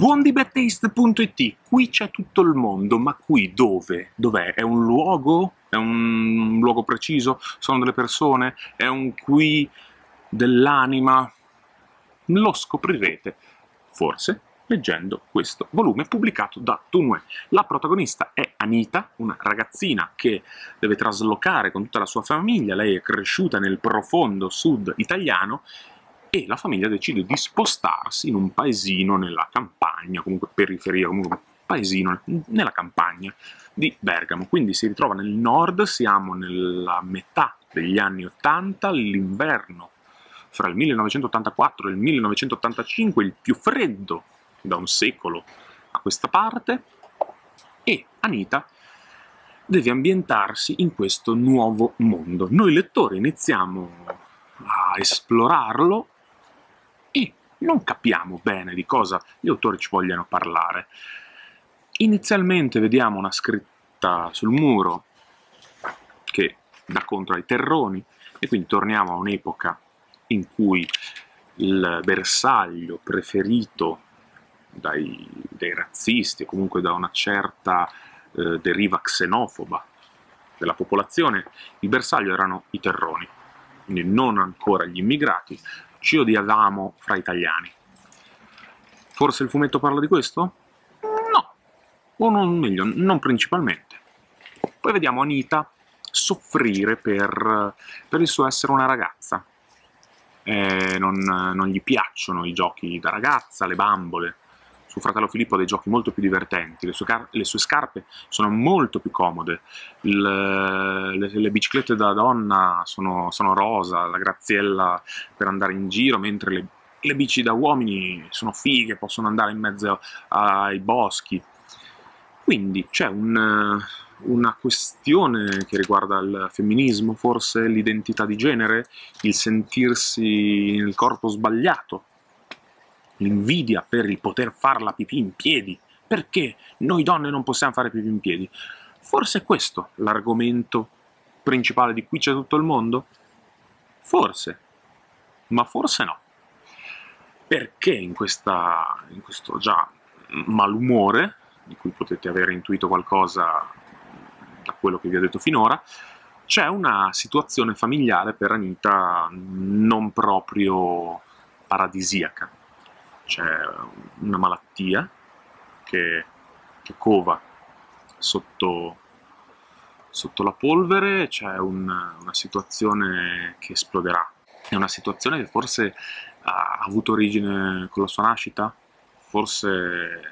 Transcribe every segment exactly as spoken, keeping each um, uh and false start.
buon di bad taste punto it, qui c'è tutto il mondo, ma qui dove? Dov'è? È un luogo? È un luogo preciso? Sono delle persone? È un qui dell'anima? Lo scoprirete, forse, leggendo questo volume pubblicato da Toonway. La protagonista è Anita, una ragazzina che deve traslocare con tutta la sua famiglia. Lei è cresciuta nel profondo sud italiano e la famiglia decide di spostarsi in un paesino nella campagna, comunque periferia, comunque paesino nella campagna di Bergamo. Quindi si ritrova nel nord, siamo nella metà degli anni ottanta, l'inverno fra il millenovecentottantaquattro e il millenovecentottantacinque, il più freddo da un secolo a questa parte, e Anita deve ambientarsi in questo nuovo mondo. Noi lettori iniziamo a esplorarlo e non capiamo bene di cosa gli autori ci vogliano parlare. Inizialmente vediamo una scritta sul muro che dà contro ai terroni, e quindi torniamo a un'epoca in cui il bersaglio preferito dai, dai razzisti e comunque da una certa eh, deriva xenofoba della popolazione, il bersaglio erano i terroni, quindi non ancora gli immigrati. Ci odiavamo fra italiani. Forse il fumetto parla di questo? No, o non, meglio, non principalmente. Poi vediamo Anita soffrire per, per il suo essere una ragazza. Eh, non, non gli piacciono i giochi da ragazza, le bambole. Suo fratello Filippo ha dei giochi molto più divertenti, le sue, le sue scarpe sono molto più comode, il, le, le biciclette da donna sono, sono rosa, la graziella per andare in giro, mentre le, le bici da uomini sono fighe, possono andare in mezzo ai boschi. Quindi c'è un, una questione che riguarda il femminismo, forse l'identità di genere, il sentirsi nel corpo sbagliato, l'invidia per il poter fare la pipì in piedi. Perché noi donne non possiamo fare pipì in piedi? Forse è questo l'argomento principale di Qui c'è tutto il mondo? Forse, ma forse no. Perché in, questa, in questo già malumore, di cui potete aver intuito qualcosa da quello che vi ho detto finora, c'è una situazione familiare per Anita non proprio paradisiaca. C'è una malattia che, che cova sotto, sotto la polvere, c'è un, una situazione che esploderà. È una situazione che forse ha avuto origine con la sua nascita, forse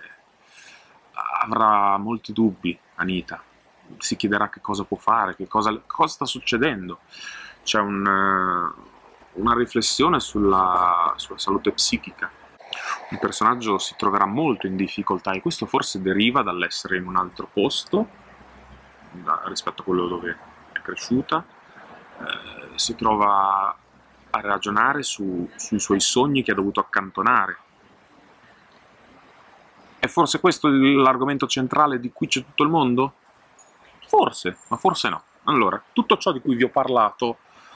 avrà molti dubbi Anita, si chiederà che cosa può fare, che cosa, cosa sta succedendo. C'è un, una riflessione sulla, sulla salute psichica. Il personaggio si troverà molto in difficoltà, e questo forse deriva dall'essere in un altro posto da, rispetto a quello dove è cresciuta. Eh, si trova a ragionare su, sui suoi sogni che ha dovuto accantonare. È forse questo l'argomento centrale di Qui c'è tutto il mondo? Forse, ma forse no. Allora, tutto ciò di cui vi ho parlato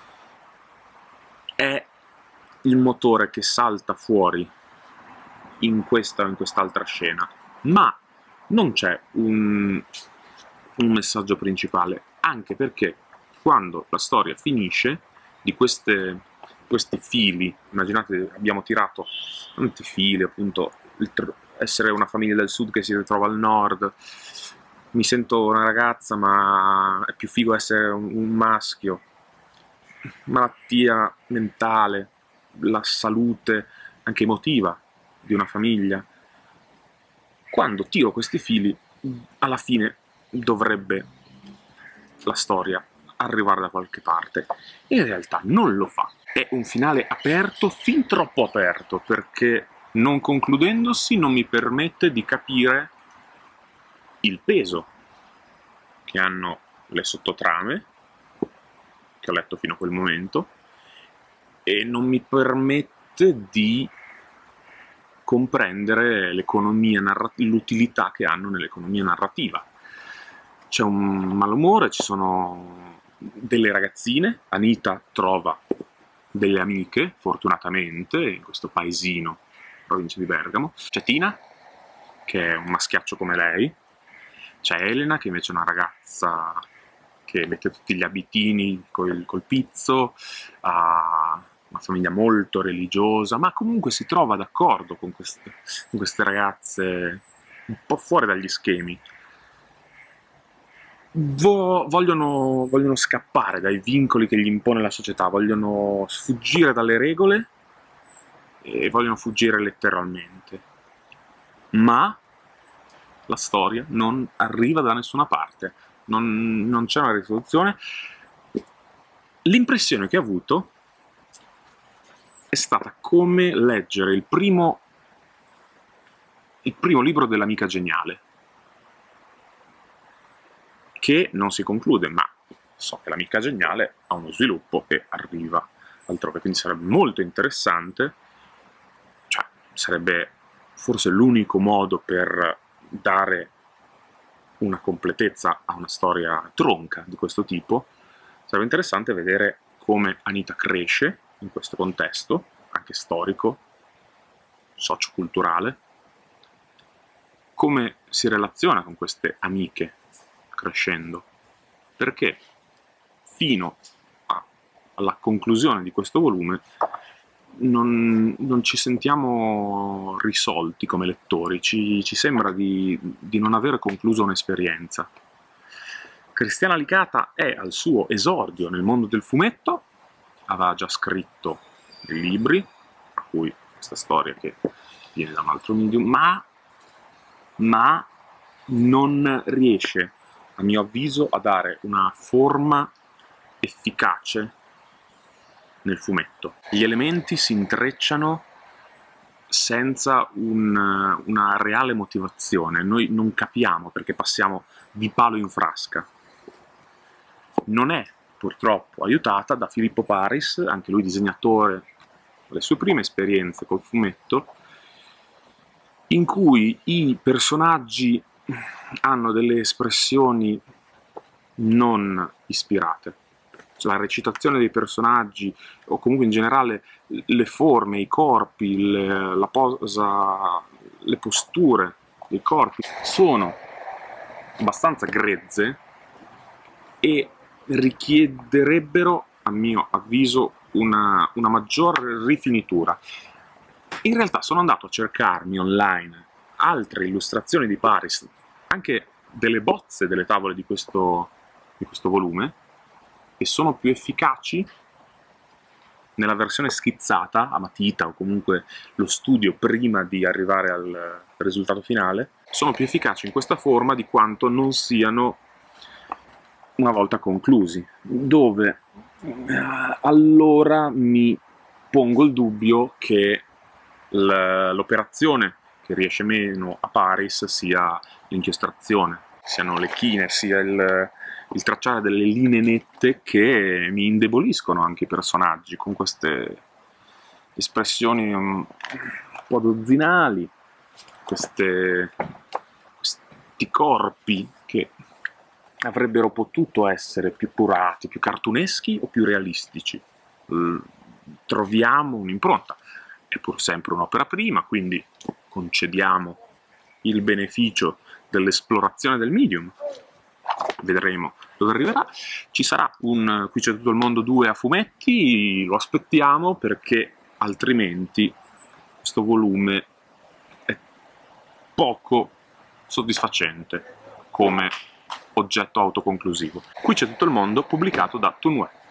è il motore che salta fuori in questa o in quest'altra scena, ma non c'è un, un messaggio principale, anche perché quando la storia finisce, di queste, questi fili, immaginate abbiamo tirato tanti fili, appunto, il, essere una famiglia del sud che si ritrova al nord, mi sento una ragazza ma è più figo essere un, un maschio, malattia mentale, la salute anche emotiva di una famiglia. Quando tiro questi fili, alla fine dovrebbe la storia arrivare da qualche parte. In realtà non lo fa. È un finale aperto, fin troppo aperto, perché non concludendosi non mi permette di capire il peso che hanno le sottotrame che ho letto fino a quel momento, e non mi permette di comprendere l'economia narrativa, l'utilità che hanno nell'economia narrativa. C'è un malumore, ci sono delle ragazzine, Anita trova delle amiche, fortunatamente, in questo paesino, provincia di Bergamo. C'è Tina, che è un maschiaccio come lei, c'è Elena, che invece è una ragazza che mette tutti gli abitini col, col pizzo, ha una famiglia molto religiosa, ma comunque si trova d'accordo con queste, con queste ragazze un po' fuori dagli schemi. Vo vogliono, vogliono scappare dai vincoli che gli impone la società, vogliono sfuggire dalle regole e vogliono fuggire letteralmente. Ma la storia non arriva da nessuna parte, non, non c'è una risoluzione. L'impressione che ho avuto è stata come leggere il primo, il primo libro dell'Amica Geniale, che non si conclude, ma so che l'Amica Geniale ha uno sviluppo e arriva altrove, quindi sarebbe molto interessante, cioè sarebbe forse l'unico modo per dare una completezza a una storia tronca di questo tipo. Sarebbe interessante vedere come Anita cresce in questo contesto, anche storico, socioculturale, come si relaziona con queste amiche crescendo, perché fino a, alla conclusione di questo volume non, non ci sentiamo risolti come lettori, ci, ci sembra di, di non avere concluso un'esperienza. Cristiana Licata è al suo esordio nel mondo del fumetto, aveva già scritto dei libri, tra cui questa storia che viene da un altro medium, ma, ma non riesce, a mio avviso, a dare una forma efficace nel fumetto. Gli elementi si intrecciano senza un, una reale motivazione, noi non capiamo perché passiamo di palo in frasca. Non è purtroppo aiutata da Filippo Paris, anche lui disegnatore, le sue prime esperienze col fumetto, in cui i personaggi hanno delle espressioni non ispirate. Cioè, la recitazione dei personaggi, o comunque in generale le forme, i corpi, le, la posa, le posture dei corpi, sono abbastanza grezze e richiederebbero, a mio avviso, una, una maggior rifinitura. In realtà sono andato a cercarmi online altre illustrazioni di Paris, anche delle bozze delle tavole di questo, di questo volume, che sono più efficaci nella versione schizzata, a matita, o comunque lo studio prima di arrivare al risultato finale, sono più efficaci in questa forma di quanto non siano una volta conclusi, dove eh, allora mi pongo il dubbio che l'operazione che riesce meno a Paris sia l'inchiostrazione, siano le chine, sia il, il tracciare delle linee nette che mi indeboliscono anche i personaggi, con queste espressioni un po' dozzinali, queste, questi corpi che avrebbero potuto essere più curati, più cartuneschi o più realistici. Troviamo un'impronta. È pur sempre un'opera prima, quindi concediamo il beneficio dell'esplorazione del medium. Vedremo dove arriverà. Ci sarà un Qui c'è tutto il mondo due a fumetti, lo aspettiamo perché altrimenti questo volume è poco soddisfacente come oggetto autoconclusivo. Qui c'è tutto il mondo, pubblicato da Toonweb.